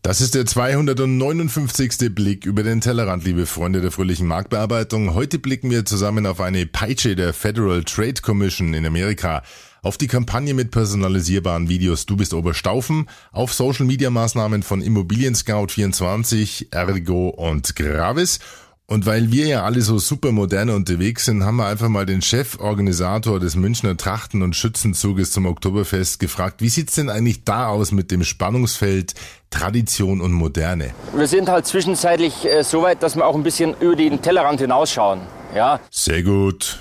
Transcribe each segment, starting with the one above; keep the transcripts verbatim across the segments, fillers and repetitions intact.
Das ist der zweihundertneunundfünfzigste Blick über den Tellerrand, liebe Freunde der fröhlichen Marktbearbeitung. Heute blicken wir zusammen auf eine Peitsche der Federal Trade Commission in Amerika, auf die Kampagne mit personalisierbaren Videos Du bist Oberstaufen, auf Social-Media-Maßnahmen von Immobilien Scout vierundzwanzig, Ergo und Gravis. Und weil wir ja alle so super modern unterwegs sind, haben wir einfach mal den Cheforganisator des Münchner Trachten- und Schützenzuges zum Oktoberfest gefragt, wie sieht's denn eigentlich da aus mit dem Spannungsfeld Tradition und Moderne? Wir sind halt zwischenzeitlich äh, so weit, dass wir auch ein bisschen über den Tellerrand hinausschauen. Ja. Sehr gut.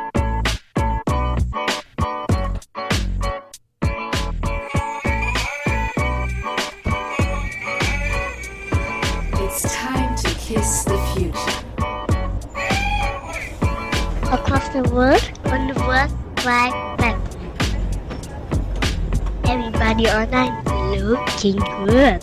It's time to kiss the future. Across the world on the World Wide Web. Everybody online looking good.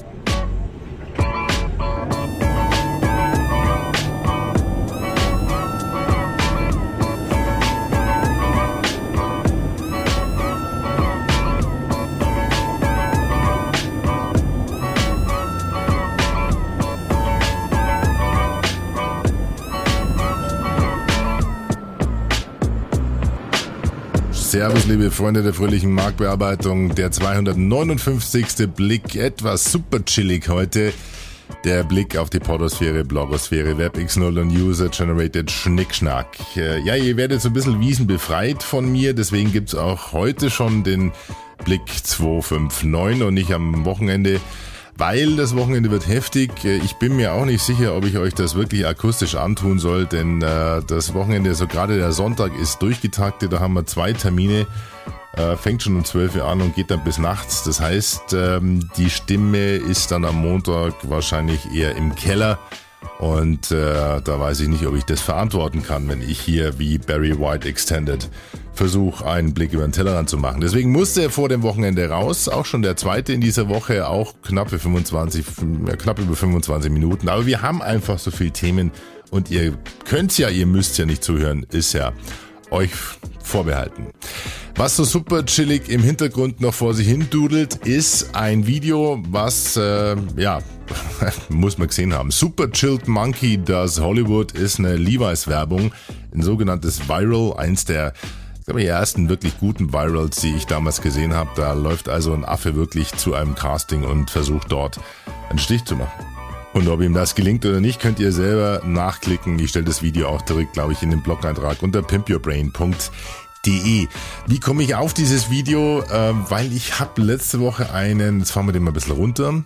Servus, liebe Freunde der fröhlichen Marktbearbeitung, der zweihundertneunundfünfzigste Blick, etwas super chillig heute. Der Blick auf die Podosphäre, Blogosphäre, WebX null und User-Generated Schnickschnack. Ja, ihr werdet so ein bisschen wiesenbefreit von mir, deswegen gibt's auch heute schon den Blick zweihundertneunundfünfzig und nicht am Wochenende. Weil das Wochenende wird heftig. Ich bin mir auch nicht sicher, ob ich euch das wirklich akustisch antun soll, denn äh, das Wochenende, so gerade der Sonntag, ist durchgetaktet. Da haben wir zwei Termine, äh, fängt schon um zwölf Uhr an und geht dann bis nachts. Das heißt, ähm, die Stimme ist dann am Montag wahrscheinlich eher im Keller. Und äh, da weiß ich nicht, ob ich das verantworten kann, wenn ich hier wie Barry White Extended versuche, einen Blick über den Tellerrand zu machen. Deswegen musste er vor dem Wochenende raus, auch schon der zweite in dieser Woche, auch knappe fünfundzwanzig, ja, knapp über fünfundzwanzig Minuten. Aber wir haben einfach so viele Themen und ihr könnt's ja, ihr müsst ja nicht zuhören, ist ja euch vorbehalten. Was so super chillig im Hintergrund noch vor sich hin dudelt, ist ein Video, was, äh, ja, muss man gesehen haben. Super Chilled Monkey Does Hollywood ist eine Levi's-Werbung, ein sogenanntes Viral, eins der, ich glaube, die ersten wirklich guten Virals, die ich damals gesehen habe. Da läuft also ein Affe wirklich zu einem Casting und versucht dort einen Stich zu machen. Und ob ihm das gelingt oder nicht, könnt ihr selber nachklicken. Ich stelle das Video auch direkt, glaube ich, in den Blog-Eintrag unter pimp your brain punkt de. Wie komme ich auf dieses Video? Äh, weil ich habe letzte Woche einen, jetzt fahren wir den mal ein bisschen runter.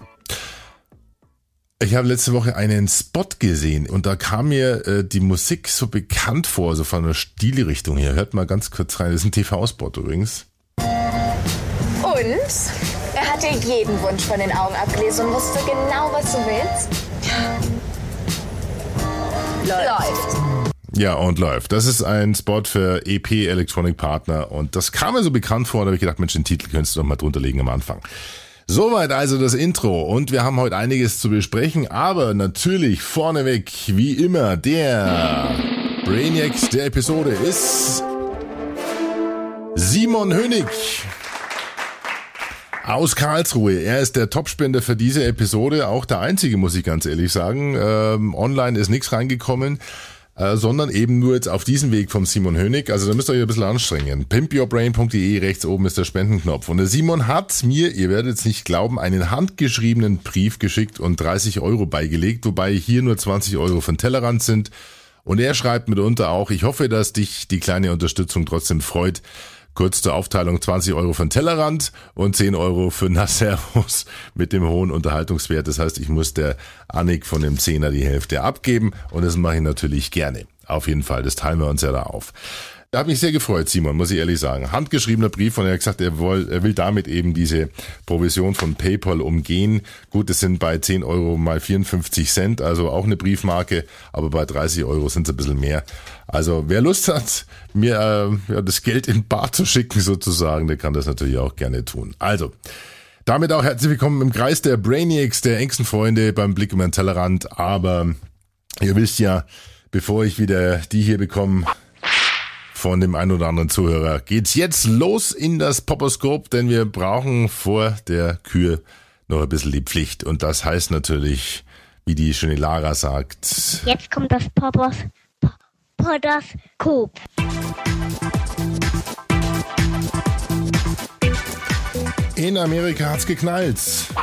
Ich habe letzte Woche einen Spot gesehen und da kam mir äh, die Musik so bekannt vor, so von der Stilrichtung her. Hört mal ganz kurz rein. Das ist ein T V-Spot übrigens. Und? Er hat dir jeden Wunsch von den Augen abgelesen und wusste genau, was du willst? Läuft. Ja, und läuft. Das ist ein Spot für E P Electronic Partner und das kam mir so bekannt vor, da habe ich gedacht, Mensch, den Titel könntest du doch mal drunter legen am Anfang. Soweit also das Intro und wir haben heute einiges zu besprechen, aber natürlich vorneweg, wie immer, der Brainiacs der Episode ist Simon Hönig aus Karlsruhe. Er ist der Topspender für diese Episode, auch der einzige, muss ich ganz ehrlich sagen. Ähm, online ist nichts reingekommen. Äh, sondern eben nur jetzt auf diesem Weg vom Simon Hönig. Also da müsst ihr euch ein bisschen anstrengen. pimp your brain punkt de, rechts oben ist der Spendenknopf. Und der Simon hat mir, ihr werdet es nicht glauben, einen handgeschriebenen Brief geschickt und dreißig Euro beigelegt, wobei hier nur zwanzig Euro von Tellerrand sind. Und er schreibt mitunter auch, ich hoffe, dass dich die kleine Unterstützung trotzdem freut. Kurz zur Aufteilung, zwanzig Euro für den Tellerrand und zehn Euro für Nasservus mit dem hohen Unterhaltungswert. Das heißt, ich muss der Annik von dem Zehner die Hälfte abgeben und das mache ich natürlich gerne. Auf jeden Fall, das teilen wir uns ja da auf. Da hat mich sehr gefreut, Simon, muss ich ehrlich sagen. Handgeschriebener Brief und er hat gesagt, er will, er will damit eben diese Provision von PayPal umgehen. Gut, das sind bei zehn Euro mal vierundfünfzig Cent, also auch eine Briefmarke, aber bei dreißig Euro sind es ein bisschen mehr. Also wer Lust hat, mir äh, ja, das Geld in bar zu schicken sozusagen, der kann das natürlich auch gerne tun. Also, damit auch herzlich willkommen im Kreis der Brainiacs, der engsten Freunde beim Blick über den Tellerrand. Aber ihr wisst ja, bevor ich wieder die hier bekomme von dem einen oder anderen Zuhörer, geht's jetzt los in das Poposkop, denn wir brauchen vor der Kür noch ein bisschen die Pflicht. Und das heißt natürlich, wie die schöne Lara sagt, Jetzt kommt das Podos, Podoskop. in Amerika hat's geknallt.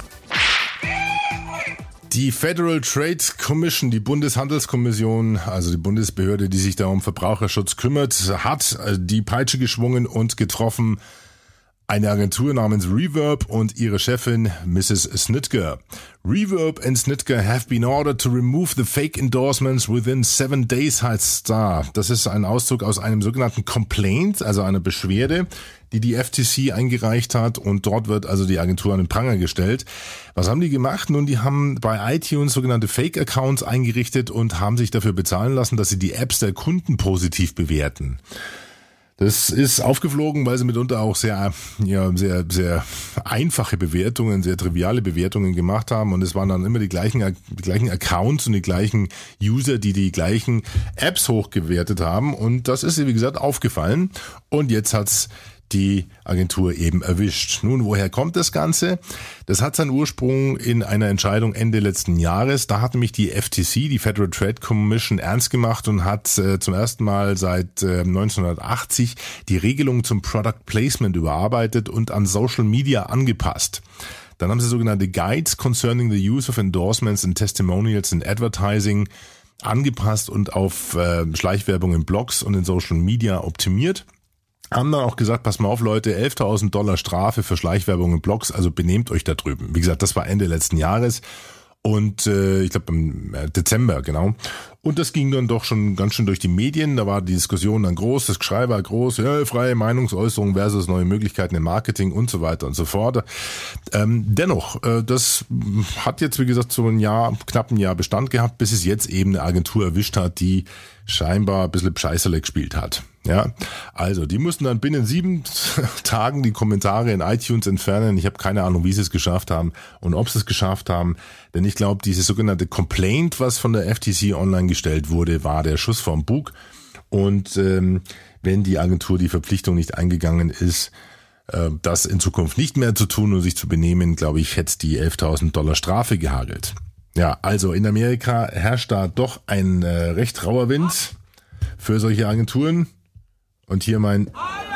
Die Federal Trade Commission, die Bundeshandelskommission, also die Bundesbehörde, die sich da um Verbraucherschutz kümmert, hat die Peitsche geschwungen und getroffen eine Agentur namens Reverb und ihre Chefin Missus Snitker. Reverb and Snitker have been ordered to remove the fake endorsements within seven days, heißt da. Das ist ein Auszug aus einem sogenannten Complaint, also einer Beschwerde, die die F T C eingereicht hat, und dort wird also die Agentur an den Pranger gestellt. Was haben die gemacht? Nun, die haben bei iTunes sogenannte Fake-Accounts eingerichtet und haben sich dafür bezahlen lassen, dass sie die Apps der Kunden positiv bewerten. Das ist aufgeflogen, weil sie mitunter auch sehr, ja, sehr, sehr einfache Bewertungen, sehr triviale Bewertungen gemacht haben, und es waren dann immer die gleichen, die gleichen Accounts und die gleichen User, die die gleichen Apps hochgewertet haben, und das ist, wie gesagt, aufgefallen, und jetzt hat's die Agentur eben erwischt. Nun, woher kommt das Ganze? Das hat seinen Ursprung in einer Entscheidung Ende letzten Jahres. Da hat nämlich die F T C, die Federal Trade Commission, ernst gemacht und hat äh, zum ersten Mal seit äh, neunzehnhundertachtzig die Regelung zum Product Placement überarbeitet und an Social Media angepasst. Dann haben sie sogenannte Guides concerning the use of endorsements and testimonials in advertising angepasst und auf äh, Schleichwerbung in Blogs und in Social Media optimiert. Haben dann auch gesagt, pass mal auf Leute, elftausend Dollar Strafe für Schleichwerbung in Blogs, also benehmt euch da drüben. Wie gesagt, das war Ende letzten Jahres und äh, ich glaube im Dezember, genau. Und das ging dann doch schon ganz schön durch die Medien, da war die Diskussion dann groß, das Geschrei war groß, ja, freie Meinungsäußerung versus neue Möglichkeiten im Marketing und so weiter und so fort. Ähm, dennoch, äh, das hat jetzt, wie gesagt, so ein Jahr, knapp ein Jahr Bestand gehabt, bis es jetzt eben eine Agentur erwischt hat, die scheinbar ein bisschen Scheißerle gespielt hat. Ja, also die mussten dann binnen sieben Tagen die Kommentare in iTunes entfernen. Ich habe keine Ahnung, wie sie es geschafft haben und ob sie es geschafft haben, denn ich glaube, diese sogenannte Complaint, was von der F T C online gestellt wurde, war der Schuss vorm Bug. Und ähm, wenn die Agentur die Verpflichtung nicht eingegangen ist, äh, das in Zukunft nicht mehr zu tun und sich zu benehmen, glaube ich, hätte die elftausend Dollar Strafe gehagelt. Ja, also in Amerika herrscht da doch ein äh, recht rauer Wind für solche Agenturen. Und hier mein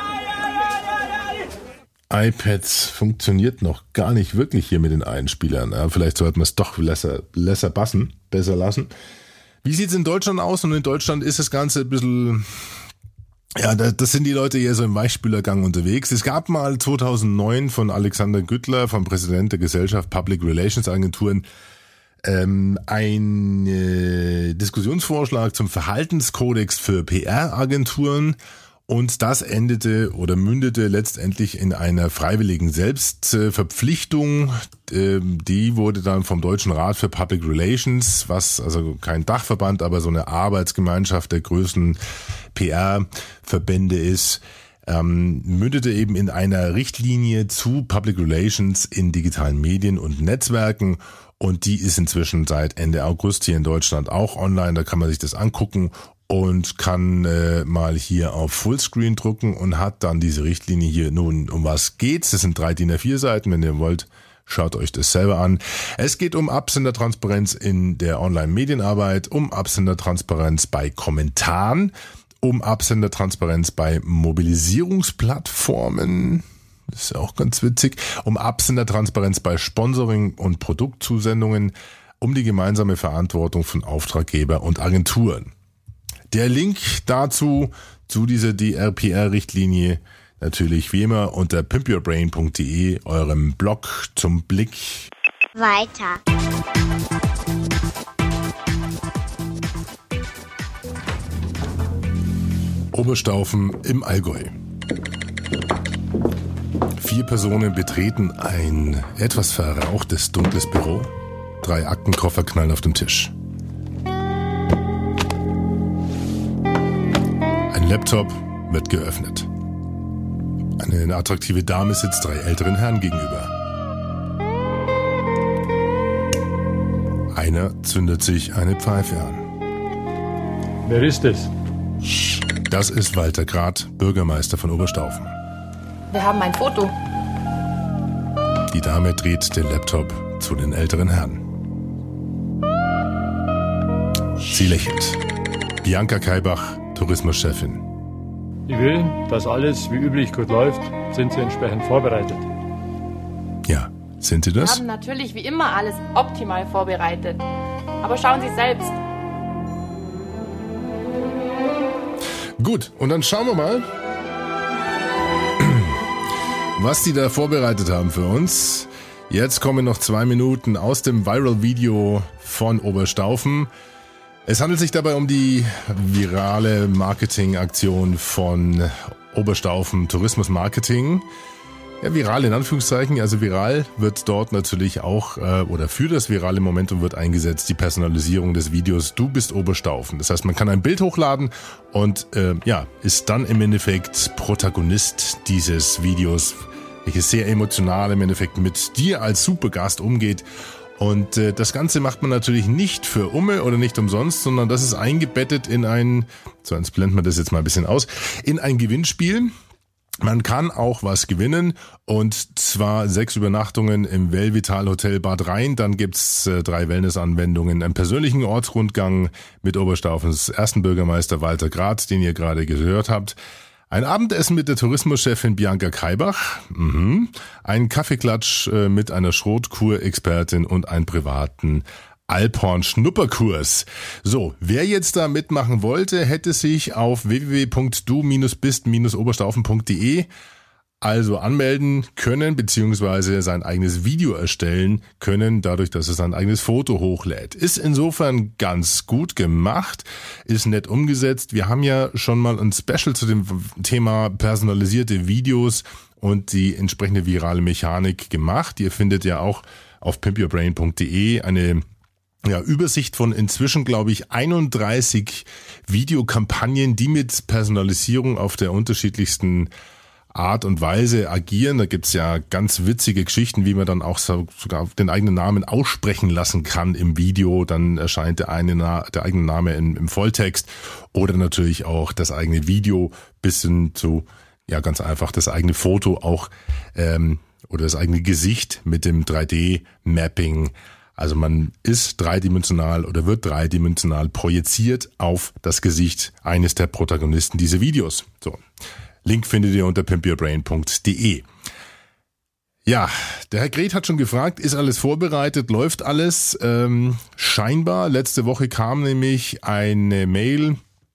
iPad funktioniert noch gar nicht wirklich hier mit den Einspielern. Ja, vielleicht sollten wir es doch lesser, lesser bassen, besser lassen. Wie sieht's in Deutschland aus? Und in Deutschland ist das Ganze ein bisschen, ja, das sind die Leute eher so im Weichspülergang unterwegs. Es gab mal zweitausendneun von Alexander Güttler, vom Präsident der Gesellschaft Public Relations Agenturen, ähm, ein äh, Diskussionsvorschlag zum Verhaltenskodex für P R-Agenturen. Und das endete oder mündete letztendlich in einer freiwilligen Selbstverpflichtung. Die wurde dann vom Deutschen Rat für Public Relations, was also kein Dachverband, aber so eine Arbeitsgemeinschaft der größten P R-Verbände ist, ähm, mündete eben in einer Richtlinie zu Public Relations in digitalen Medien und Netzwerken. Und die ist inzwischen seit Ende August hier in Deutschland auch online. Da kann man sich das angucken und kann äh, mal hier auf Fullscreen drucken und hat dann diese Richtlinie hier. Nun, um was geht's? Das sind drei D I N A vier Seiten. Wenn ihr wollt, schaut euch das selber an. Es geht um Absendertransparenz in der Online-Medienarbeit, um Absendertransparenz bei Kommentaren, um Absendertransparenz bei Mobilisierungsplattformen. Das ist ja auch ganz witzig. Um Absendertransparenz bei Sponsoring und Produktzusendungen, um die gemeinsame Verantwortung von Auftraggeber und Agenturen. Der Link dazu, zu dieser D R P R-Richtlinie, natürlich wie immer unter pimp your brain punkt de, eurem Blog zum Blick. Weiter. Oberstaufen im Allgäu. Vier Personen betreten ein etwas verrauchtes, dunkles Büro. Drei Aktenkoffer knallen auf dem Tisch. Ein Laptop wird geöffnet. Eine attraktive Dame sitzt drei älteren Herren gegenüber. Einer zündet sich eine Pfeife an. Wer ist es? Das ist Walter Grad, Bürgermeister von Oberstaufen. Wir haben ein Foto. Die Dame dreht den Laptop zu den älteren Herren. Sie lächelt. Bianca Kaibach, Tourismuschefin. Ich will, dass alles wie üblich gut läuft, sind Sie entsprechend vorbereitet. Ja, sind Sie Wir das? haben natürlich wie immer alles optimal vorbereitet. Aber schauen Sie selbst. Gut, und dann schauen wir mal, was die da vorbereitet haben für uns. Jetzt kommen noch zwei Minuten aus dem Viral-Video von Oberstaufen. Es handelt sich dabei um die virale Marketingaktion von Oberstaufen Tourismus Marketing. Ja, viral in Anführungszeichen, also viral wird dort natürlich auch, äh, oder für das virale Momentum wird eingesetzt die Personalisierung des Videos Du bist Oberstaufen. Das heißt, man kann ein Bild hochladen und äh, ja, ist dann im Endeffekt Protagonist dieses Videos, welches sehr emotional im Endeffekt mit dir als Supergast umgeht. Und äh, das Ganze macht man natürlich nicht für Umme oder nicht umsonst, sondern das ist eingebettet in ein, so jetzt blenden wir das jetzt mal ein bisschen aus, in ein Gewinnspiel. Man kann auch was gewinnen, und zwar sechs Übernachtungen im Welvital Hotel Bad Rhein. Dann gibt's äh, drei Wellnessanwendungen, einen persönlichen Ortsrundgang mit Oberstaufens ersten Bürgermeister Walter Grath, den ihr gerade gehört habt. Ein Abendessen mit der Tourismuschefin Bianca Kaibach, mhm. Ein Kaffeeklatsch äh, mit einer Schrotkur-Expertin und einen privaten Alphorn-Schnupperkurs. So, wer jetzt da mitmachen wollte, hätte sich auf w w w punkt du bist oberstaufen punkt de also anmelden können, beziehungsweise sein eigenes Video erstellen können, dadurch, dass es sein eigenes Foto hochlädt. Ist insofern ganz gut gemacht, ist nett umgesetzt. Wir haben ja schon mal ein Special zu dem Thema personalisierte Videos und die entsprechende virale Mechanik gemacht. Ihr findet ja auch auf pimp your brain punkt de eine ja, Übersicht von inzwischen, glaube ich, einunddreißig Videokampagnen, die mit Personalisierung auf der unterschiedlichsten Art und Weise agieren. Da gibt's ja ganz witzige Geschichten, wie man dann auch sogar den eigenen Namen aussprechen lassen kann im Video. Dann erscheint der, eine, der eigene Name in, im Volltext, oder natürlich auch das eigene Video bis hin zu, ja ganz einfach, das eigene Foto auch ähm, oder das eigene Gesicht mit dem drei D Mapping. Also man ist dreidimensional oder wird dreidimensional projiziert auf das Gesicht eines der Protagonisten dieser Videos. So. Link findet ihr unter pimp your brain punkt de. Ja, der Herr Greth hat schon gefragt, ist alles vorbereitet, läuft alles? Ähm, scheinbar, letzte Woche kam nämlich eine Mail,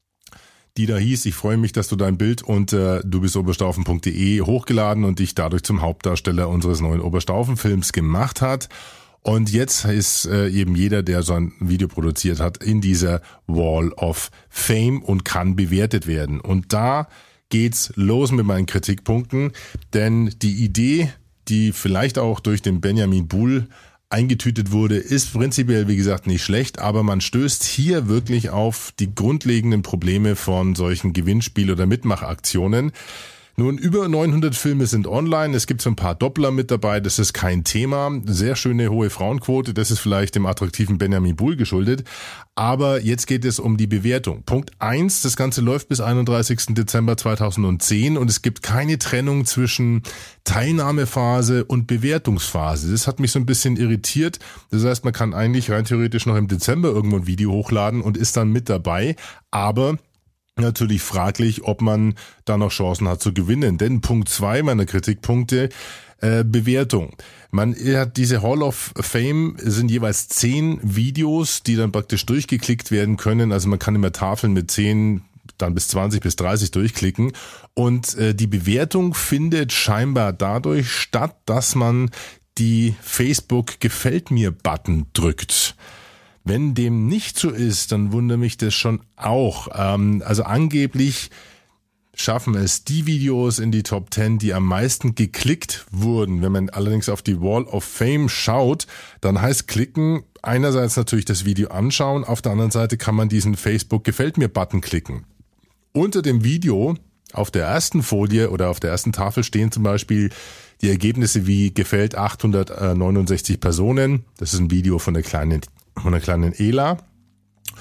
die da hieß, ich freue mich, dass du dein Bild unter du bist oberstaufen punkt de hochgeladen und dich dadurch zum Hauptdarsteller unseres neuen Oberstaufen-Films gemacht hat. Und jetzt ist äh, eben jeder, der so ein Video produziert hat, in dieser Wall of Fame und kann bewertet werden. Und da geht's los mit meinen Kritikpunkten, denn die Idee, die vielleicht auch durch den Benjamin Buhl eingetütet wurde, ist prinzipiell, wie gesagt, nicht schlecht, aber man stößt hier wirklich auf die grundlegenden Probleme von solchen Gewinnspiel- oder Mitmachaktionen. Nun, über neunhundert Filme sind online, es gibt so ein paar Doppler mit dabei, das ist kein Thema. Sehr schöne hohe Frauenquote, das ist vielleicht dem attraktiven Benjamin Buhl geschuldet. Aber jetzt geht es um die Bewertung. Punkt eins, das Ganze läuft bis einunddreißigsten Dezember zweitausendzehn und es gibt keine Trennung zwischen Teilnahmephase und Bewertungsphase. Das hat mich so ein bisschen irritiert. Das heißt, man kann eigentlich rein theoretisch noch im Dezember irgendwo ein Video hochladen und ist dann mit dabei, aber natürlich fraglich, ob man da noch Chancen hat zu gewinnen. Denn Punkt zwei meiner Kritikpunkte, äh, Bewertung. Man hat diese Hall of Fame, sind jeweils zehn Videos, die dann praktisch durchgeklickt werden können. Also man kann immer Tafeln mit zehn, dann bis zwanzig bis dreißig durchklicken. Und äh, die Bewertung findet scheinbar dadurch statt, dass man die Facebook-Gefällt mir-Button drückt. Wenn dem nicht so ist, dann wundert mich das schon auch. Ähm, also angeblich schaffen es die Videos in die Top zehn, die am meisten geklickt wurden. Wenn man allerdings auf die Wall of Fame schaut, dann heißt klicken einerseits natürlich das Video anschauen, auf der anderen Seite kann man diesen Facebook-Gefällt-mir-Button klicken. Unter dem Video auf der ersten Folie oder auf der ersten Tafel stehen zum Beispiel die Ergebnisse wie gefällt achthundertneunundsechzig Personen. Das ist ein Video von der kleinen von der kleinen Ela.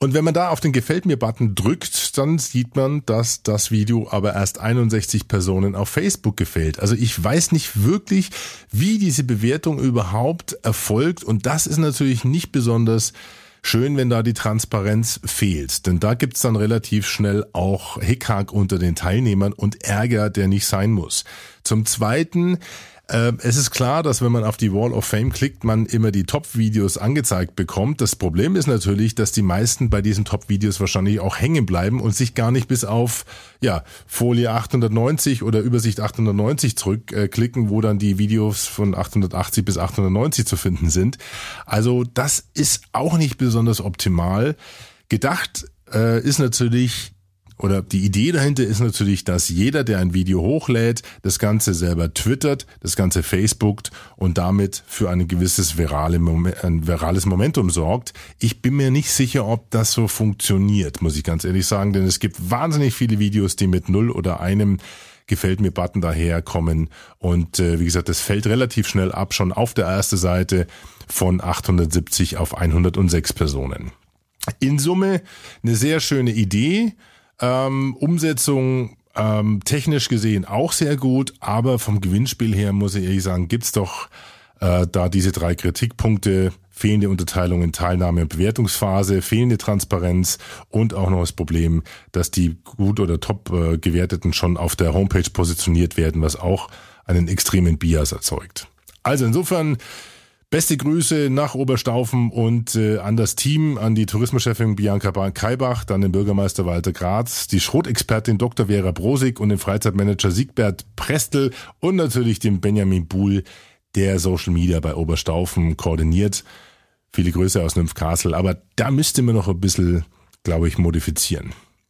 Und wenn man da auf den Gefällt mir-Button drückt, dann sieht man, dass das Video aber erst einundsechzig Personen auf Facebook gefällt. Also ich weiß nicht wirklich, wie diese Bewertung überhaupt erfolgt. Und das ist natürlich nicht besonders schön, wenn da die Transparenz fehlt. Denn da gibt's dann relativ schnell auch Hickhack unter den Teilnehmern und Ärger, der nicht sein muss. Zum Zweiten, äh, es ist klar, dass wenn man auf die Wall of Fame klickt, man immer die Top-Videos angezeigt bekommt. Das Problem ist natürlich, dass die meisten bei diesen Top-Videos wahrscheinlich auch hängen bleiben und sich gar nicht bis auf ja Folie achthundertneunzig oder Übersicht achthundertneunzig zurückklicken, äh, wo dann die Videos von achthundertachtzig bis achthundertneunzig zu finden sind. Also das ist auch nicht besonders optimal. Gedacht äh, ist natürlich, oder die Idee dahinter ist natürlich, dass jeder, der ein Video hochlädt, das Ganze selber twittert, das Ganze Facebookt und damit für ein gewisses virale Moment, ein virales Momentum sorgt. Ich bin mir nicht sicher, ob das so funktioniert, muss ich ganz ehrlich sagen, denn es gibt wahnsinnig viele Videos, die mit null oder einem Gefällt mir Button daherkommen und äh, wie gesagt, das fällt relativ schnell ab, schon auf der ersten Seite von achthundertsiebzig auf hundertsechs Personen. In Summe eine sehr schöne Idee. Ähm, Umsetzung ähm, technisch gesehen auch sehr gut, aber vom Gewinnspiel her muss ich ehrlich sagen, gibt's doch äh, da diese drei Kritikpunkte: fehlende Unterteilung in Teilnahme- und Bewertungsphase, fehlende Transparenz und auch noch das Problem, dass die gut oder top äh, gewerteten schon auf der Homepage positioniert werden, was auch einen extremen Bias erzeugt. Also insofern beste Grüße nach Oberstaufen und äh, an das Team, an die Tourismuschefin Bianca Kaibach, dann den Bürgermeister Walter Graz, die Schrotexpertin Doktor Vera Brosig und den Freizeitmanager Siegbert Prestel und natürlich den Benjamin Buhl, der Social Media bei Oberstaufen koordiniert. Viele Grüße aus Nymphcastle, aber da müsste man noch ein bisschen, glaube ich, modifizieren.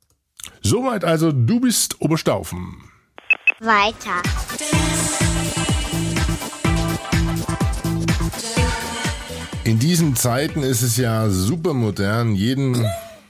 Soweit also, du bist Oberstaufen. Weiter. In diesen Zeiten ist es ja super modern, jeden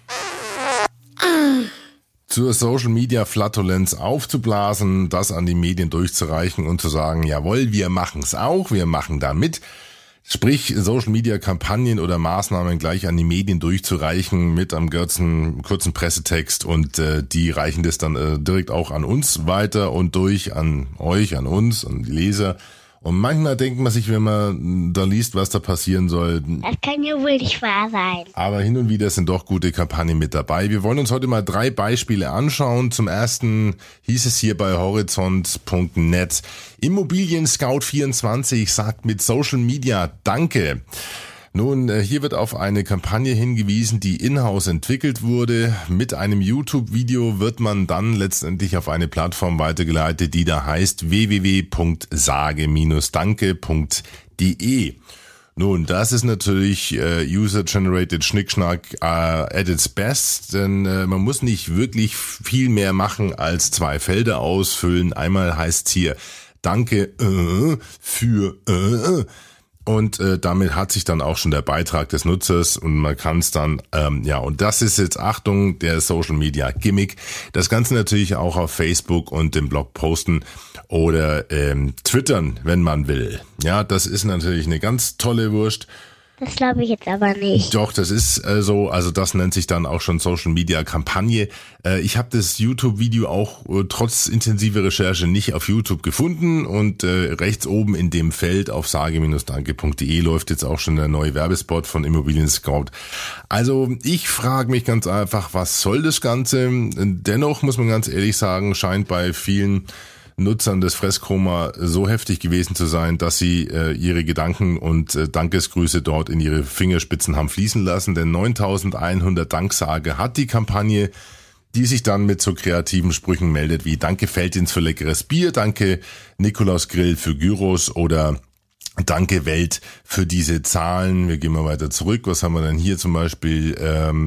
zur Social Media Flatulenz aufzublasen, das an die Medien durchzureichen und zu sagen, jawohl, wir machen's auch, wir machen da mit. Sprich, Social Media Kampagnen oder Maßnahmen gleich an die Medien durchzureichen mit einem kurzen, kurzen Pressetext und äh, die reichen das dann äh, direkt auch an uns weiter und durch an euch, an uns, an die Leser. Und manchmal denkt man sich, wenn man da liest, was da passieren soll, Das kann ja wohl nicht wahr sein. aber hin und wieder sind doch gute Kampagnen mit dabei. Wir wollen uns heute mal drei Beispiele anschauen. Zum ersten hieß es hier bei horizont punkt net, Immobilien Scout vierundzwanzig sagt mit Social Media Danke. Nun, hier wird auf eine Kampagne hingewiesen, die in-house entwickelt wurde. Mit einem YouTube-Video wird man dann letztendlich auf eine Plattform weitergeleitet, die da heißt w w w punkt sage danke punkt de. Nun, das ist natürlich äh, User-Generated Schnickschnack äh, at its best, denn äh, man muss nicht wirklich viel mehr machen als zwei Felder ausfüllen. Einmal heißt es hier Danke äh, für äh, und äh, damit hat sich dann auch schon der Beitrag des Nutzers und man kann es dann, ähm, ja, und das ist jetzt, Achtung, der Social Media Gimmick, das Ganze natürlich auch auf Facebook und dem Blog posten oder ähm, twittern, wenn man will. Ja, das ist natürlich eine ganz tolle Wurst. Das glaube ich jetzt aber nicht. Doch, das ist äh, so, also das nennt sich dann auch schon Social Media Kampagne. Äh, ich habe das YouTube-Video auch äh, trotz intensiver Recherche nicht auf YouTube gefunden und äh, rechts oben in dem Feld auf sage danke punkt de läuft jetzt auch schon der neue Werbespot von Immobilien Scout. Also ich frage mich ganz einfach, was soll das Ganze? Dennoch muss man ganz ehrlich sagen, scheint bei vielen Nutzern des Fresskoma so heftig gewesen zu sein, dass sie äh, ihre Gedanken und äh, Dankesgrüße dort in ihre Fingerspitzen haben fließen lassen, denn neuntausendeinhundert Danksage hat die Kampagne, die sich dann mit so kreativen Sprüchen meldet wie Danke Feldins für leckeres Bier, Danke Nikolaus Grill für Gyros oder Danke Welt für diese Zahlen. Wir gehen mal weiter zurück. Was haben wir denn hier zum Beispiel? Ähm,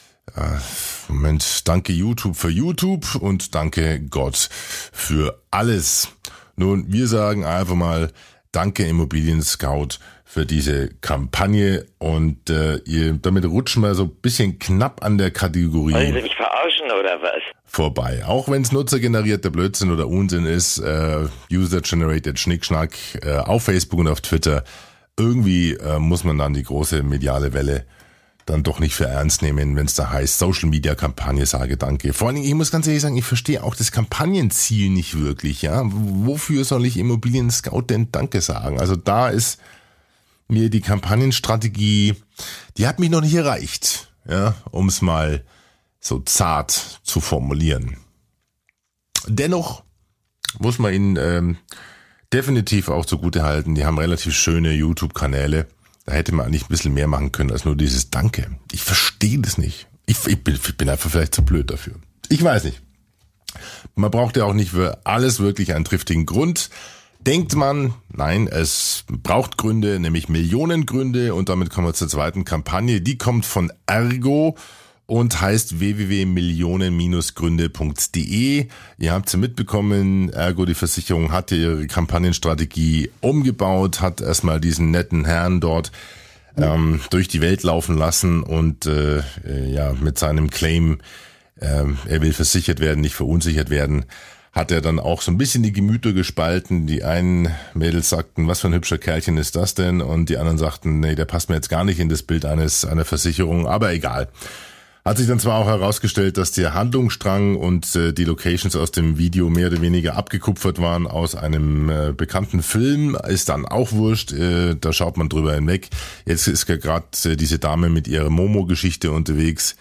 Moment, danke YouTube für YouTube und danke Gott für alles. Nun, wir sagen einfach mal danke Immobilien Scout für diese Kampagne und äh, ihr, damit rutschen wir so ein bisschen knapp an der Kategorie. Wollen Sie mich verarschen oder was? Vorbei. Auch wenn es nutzergenerierter Blödsinn oder Unsinn ist, äh, User-Generated Schnickschnack äh, auf Facebook und auf Twitter, irgendwie äh, muss man dann die große mediale Welle dann doch nicht für ernst nehmen, wenn es da heißt, Social-Media-Kampagne, sage danke. Vor allen Dingen, ich muss ganz ehrlich sagen, ich verstehe auch das Kampagnenziel nicht wirklich. Ja, wofür soll ich Immobilien Scout denn danke sagen? Also da ist mir die Kampagnenstrategie, die hat mich noch nicht erreicht, ja, um es mal so zart zu formulieren. Dennoch muss man ihnen ähm, definitiv auch zugutehalten, die haben relativ schöne YouTube-Kanäle. Da hätte man eigentlich ein bisschen mehr machen können als nur dieses Danke. Ich verstehe das nicht. Ich, ich, bin, ich bin einfach vielleicht zu blöd dafür. Ich weiß nicht. Man braucht ja auch nicht für alles wirklich einen triftigen Grund. Denkt man, nein, es braucht Gründe, nämlich Millionen Gründe. Und damit kommen wir zur zweiten Kampagne. Die kommt von Ergo und heißt w w w punkt millionen gründe punkt d e. Ihr habt sie mitbekommen, Ergo, die Versicherung, hatte ihre Kampagnenstrategie umgebaut, hat erstmal diesen netten Herrn dort ähm, durch die Welt laufen lassen und äh, ja mit seinem Claim, äh, er will versichert werden, nicht verunsichert werden, hat er dann auch so ein bisschen die Gemüter gespalten. Die einen Mädels sagten, was für ein hübscher Kerlchen ist das denn? Und die anderen sagten, nee, der passt mir jetzt gar nicht in das Bild eines einer Versicherung, aber egal. Hat sich dann zwar auch herausgestellt, dass der Handlungsstrang und äh, die Locations aus dem Video mehr oder weniger abgekupfert waren aus einem äh, bekannten Film, ist dann auch wurscht, äh, da schaut man drüber hinweg. Jetzt ist ja gerade äh, diese Dame mit ihrer Momo-Geschichte unterwegs,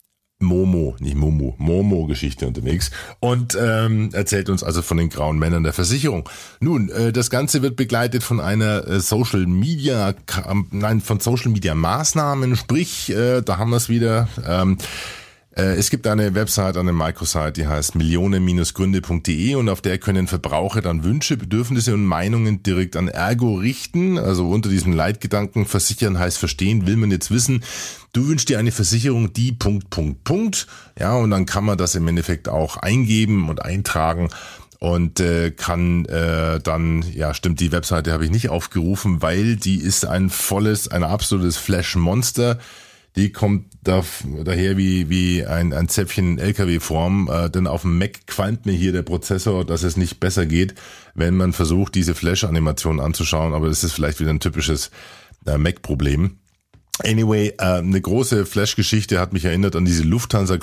Momo, nicht Momo, Momo-Geschichte unterwegs und ähm, erzählt uns also von den grauen Männern der Versicherung. Nun, äh, das Ganze wird begleitet von einer äh, Social Media, äh, nein, von Social Media Maßnahmen, sprich, äh, da haben wir es wieder. Ähm, äh, es gibt eine Website, eine Microsite, die heißt millionen gründe punkt d e und auf der können Verbraucher dann Wünsche, Bedürfnisse und Meinungen direkt an Ergo richten. Also unter diesem Leitgedanken, versichern heißt verstehen, will man jetzt wissen, du wünschst dir eine Versicherung, die Punkt, Punkt, Punkt. Ja, und dann kann man das im Endeffekt auch eingeben und eintragen und äh, kann äh, dann, ja stimmt, die Webseite habe ich nicht aufgerufen, weil die ist ein volles, ein absolutes Flash-Monster. Die kommt da, daher wie wie ein, ein Zäpfchen in L K W-Form, äh, denn auf dem Mac qualmt mir hier der Prozessor, dass es nicht besser geht, wenn man versucht, diese Flash-Animation anzuschauen, aber das ist vielleicht wieder ein typisches äh, Mac-Problem. Anyway, äh, eine große Flash-Geschichte hat mich erinnert an diese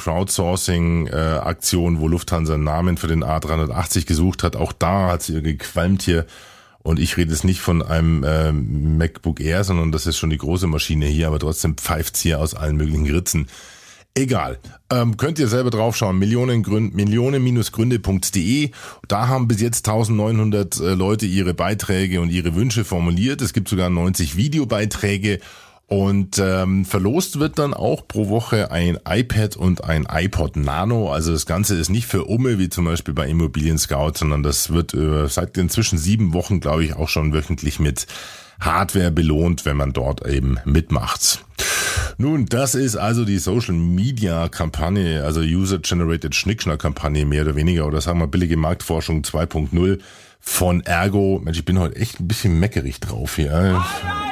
Lufthansa-Crowdsourcing-Aktion, äh, wo Lufthansa einen Namen für den A dreihundertachtzig gesucht hat. Auch da hat sie gequalmt hier. Und ich rede jetzt nicht von einem äh, MacBook Air, sondern das ist schon die große Maschine hier, aber trotzdem pfeift's hier aus allen möglichen Ritzen. Egal. Ähm, könnt ihr selber draufschauen. Millionen gründe punkt d e. Da haben bis jetzt eintausendneunhundert äh, Leute ihre Beiträge und ihre Wünsche formuliert. Es gibt sogar neunzig Videobeiträge. Und ähm, verlost wird dann auch pro Woche ein iPad und ein iPod Nano. Also das Ganze ist nicht für Umme, wie zum Beispiel bei Immobilien Scout, sondern das wird äh, seit inzwischen sieben Wochen, glaube ich, auch schon wöchentlich mit Hardware belohnt, wenn man dort eben mitmacht. Nun, das ist also die Social Media Kampagne, also User-Generated Schnickschnack-Kampagne mehr oder weniger, oder sagen wir billige Marktforschung zwei Punkt null von Ergo. Mensch, ich bin heute echt ein bisschen meckerig drauf hier.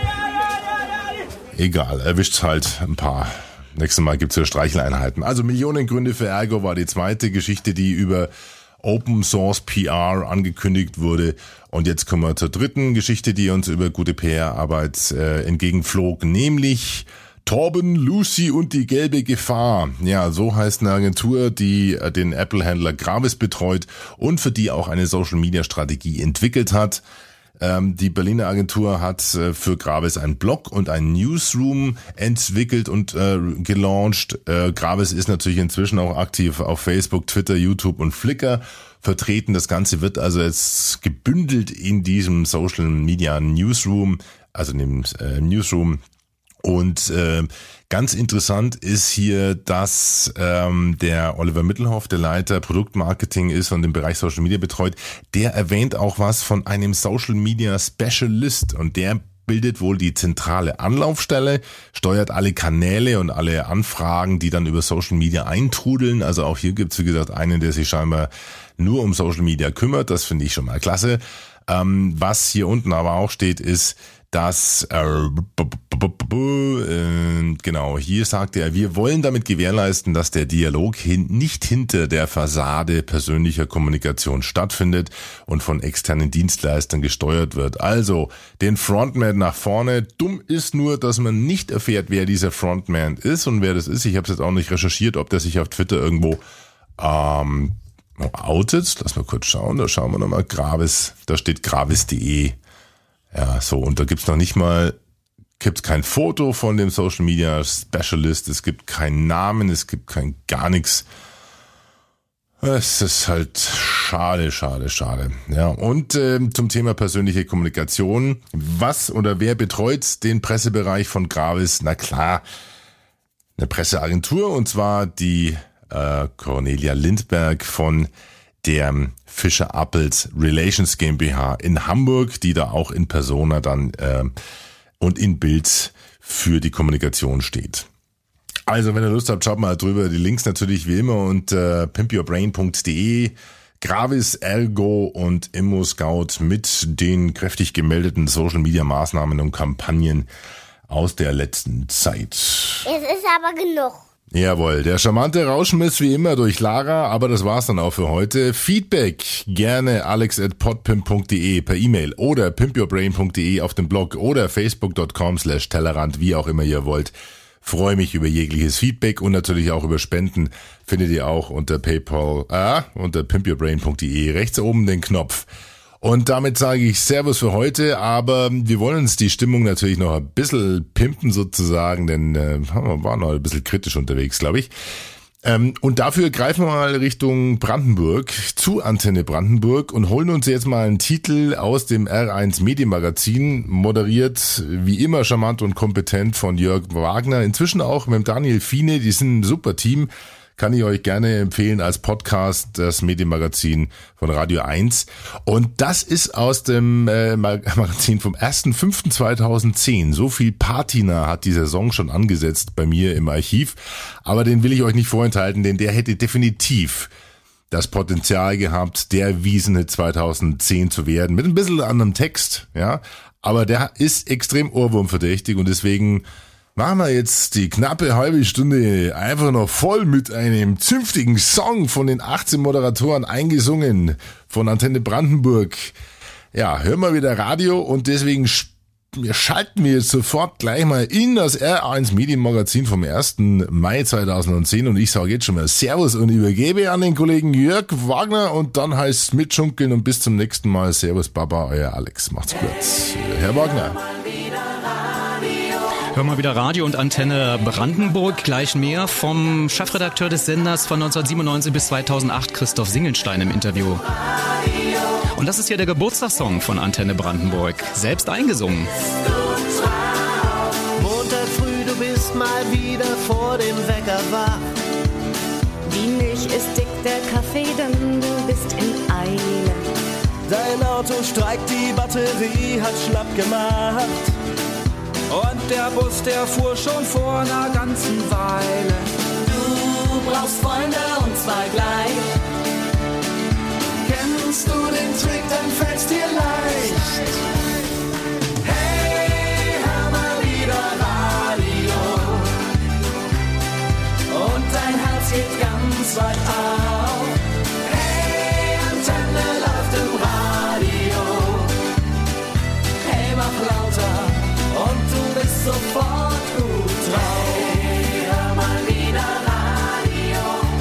Egal, erwischt's halt ein paar. Nächstes Mal gibt's ja Streicheleinheiten. Also Millionen Gründe für Ergo war die zweite Geschichte, die über Open Source P R angekündigt wurde. Und jetzt kommen wir zur dritten Geschichte, die uns über gute P R-Arbeit äh, entgegenflog, nämlich Torben, Lucy und die gelbe Gefahr. Ja, so heißt eine Agentur, die äh, den Apple-Händler Gravis betreut und für die auch eine Social-Media-Strategie entwickelt hat. Die Berliner Agentur hat für Gravis einen Blog und einen Newsroom entwickelt und äh, gelauncht. Äh, Gravis ist natürlich inzwischen auch aktiv auf Facebook, Twitter, YouTube und Flickr vertreten. Das Ganze wird also jetzt gebündelt in diesem Social Media Newsroom, also in dem äh, Newsroom. Und äh, ganz interessant ist hier, dass ähm, der Oliver Mittelhoff, der Leiter Produktmarketing ist und den Bereich Social Media betreut, der erwähnt auch was von einem Social Media Specialist und der bildet wohl die zentrale Anlaufstelle, steuert alle Kanäle und alle Anfragen, die dann über Social Media eintrudeln. Also auch hier gibt's wie gesagt einen, der sich scheinbar nur um Social Media kümmert. Das finde ich schon mal klasse. Ähm, was hier unten aber auch steht, ist, dass äh, genau. Hier sagte er, wir wollen damit gewährleisten, dass der Dialog hin, nicht hinter der Fassade persönlicher Kommunikation stattfindet und von externen Dienstleistern gesteuert wird. Also den Frontman nach vorne. Dumm ist nur, dass man nicht erfährt, wer dieser Frontman ist und wer das ist. Ich habe es jetzt auch nicht recherchiert, ob der sich auf Twitter irgendwo ähm, outet. Lass mal kurz schauen, da schauen wir nochmal. Gravis, da steht gravis punkt de. Ja, so, und da gibt's noch nicht mal, gibt's kein Foto von dem Social Media Specialist, es gibt keinen Namen, es gibt kein gar nichts. Es ist halt schade, schade, schade. Ja, und ähm, zum Thema persönliche Kommunikation. Was oder wer betreut den Pressebereich von Gravis? Na klar, eine Presseagentur, und zwar die äh, Cornelia Lindberg von der Fischer Appels Relations GmbH in Hamburg, die da auch in Persona dann äh, und in Bild für die Kommunikation steht. Also wenn ihr Lust habt, schaut mal drüber. Die Links natürlich wie immer unter äh, pimp your brain punkt de, Gravis, Ergo und ImmoScout mit den kräftig gemeldeten Social Media Maßnahmen und Kampagnen aus der letzten Zeit. Es ist aber genug. Jawohl, der charmante Rauschmiss wie immer durch Lara, aber das war's dann auch für heute. Feedback gerne alex at podpimp punkt de per E-Mail oder pimp your brain punkt de auf dem Blog oder facebook punkt com slash tellerrand, wie auch immer ihr wollt. Freue mich über jegliches Feedback und natürlich auch über Spenden. Findet ihr auch unter PayPal, ah, unter pimp your brain punkt de, rechts oben den Knopf. Und damit sage ich Servus für heute, aber wir wollen uns die Stimmung natürlich noch ein bisschen pimpen sozusagen, denn äh, wir waren noch ein bisschen kritisch unterwegs, glaube ich. Ähm, und dafür greifen wir mal Richtung Brandenburg, zu Antenne Brandenburg und holen uns jetzt mal einen Titel aus dem R eins Medienmagazin, moderiert wie immer charmant und kompetent von Jörg Wagner, inzwischen auch mit dem Daniel Fiene, die sind ein super Team. Kann ich euch gerne empfehlen als Podcast, das Medienmagazin von Radio eins. Und das ist aus dem äh, Magazin vom erster fünfter zweitausendzehn. So viel Patina hat dieser Song schon angesetzt bei mir im Archiv. Aber den will ich euch nicht vorenthalten, denn der hätte definitiv das Potenzial gehabt, der Wiesenhit zweitausendzehn zu werden. Mit ein bisschen anderem Text, ja. Aber der ist extrem ohrwurmverdächtig und deswegen machen wir jetzt die knappe halbe Stunde einfach noch voll mit einem zünftigen Song von den achtzehn Moderatoren eingesungen von Antenne Brandenburg. Ja, hören wir wieder Radio und deswegen wir schalten wir jetzt sofort gleich mal in das R eins Medienmagazin vom ersten Mai zweitausendzehn und ich sage jetzt schon mal Servus und übergebe an den Kollegen Jörg Wagner und dann heißt es mitschunkeln und bis zum nächsten Mal. Servus Baba, euer Alex. Macht's gut. Herr Wagner. Hör mal wieder Radio und Antenne Brandenburg, gleich mehr vom Chefredakteur des Senders von neunzehnhundertsiebenundneunzig bis zweitausendacht, Christoph Singelstein im Interview. Und das ist hier der Geburtstagssong von Antenne Brandenburg, selbst eingesungen. Montag früh, du bist mal wieder vor dem Wecker wach. Die Milch ist dick, der Kaffee, denn du bist in Eile. Dein Auto streikt, die Batterie hat schlapp gemacht. Und der Bus, der fuhr schon vor einer ganzen Weile. Du brauchst Freunde und zwar gleich. Kennst du den Trick, dann fällt's dir leicht. Hey, hör mal wieder Radio. Und dein Herz geht ganz weit auf. Hey, Antenne läuft im Radio. Hey, mach lauter. Und du bist sofort gut drauf. Hey, hör mal wieder Radio.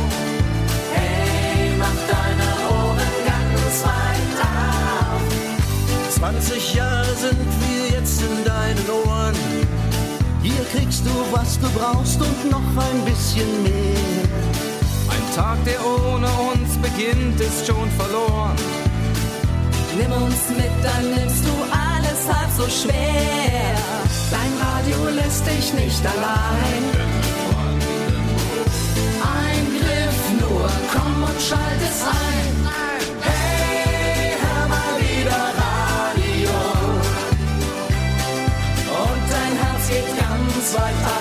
Hey, mach deine Ohren ganz weit auf. zwanzig Jahre sind wir jetzt in deinen Ohren. Hier kriegst du, was du brauchst und noch ein bisschen mehr. Ein Tag, der ohne uns beginnt, ist schon verloren. Nimm uns mit, dann nimmst du alles halb so schwer. Dein Radio lässt dich nicht allein. Ein Griff nur, komm und schalt es ein. Hey, hör mal wieder Radio. Und dein Herz geht ganz weit auf.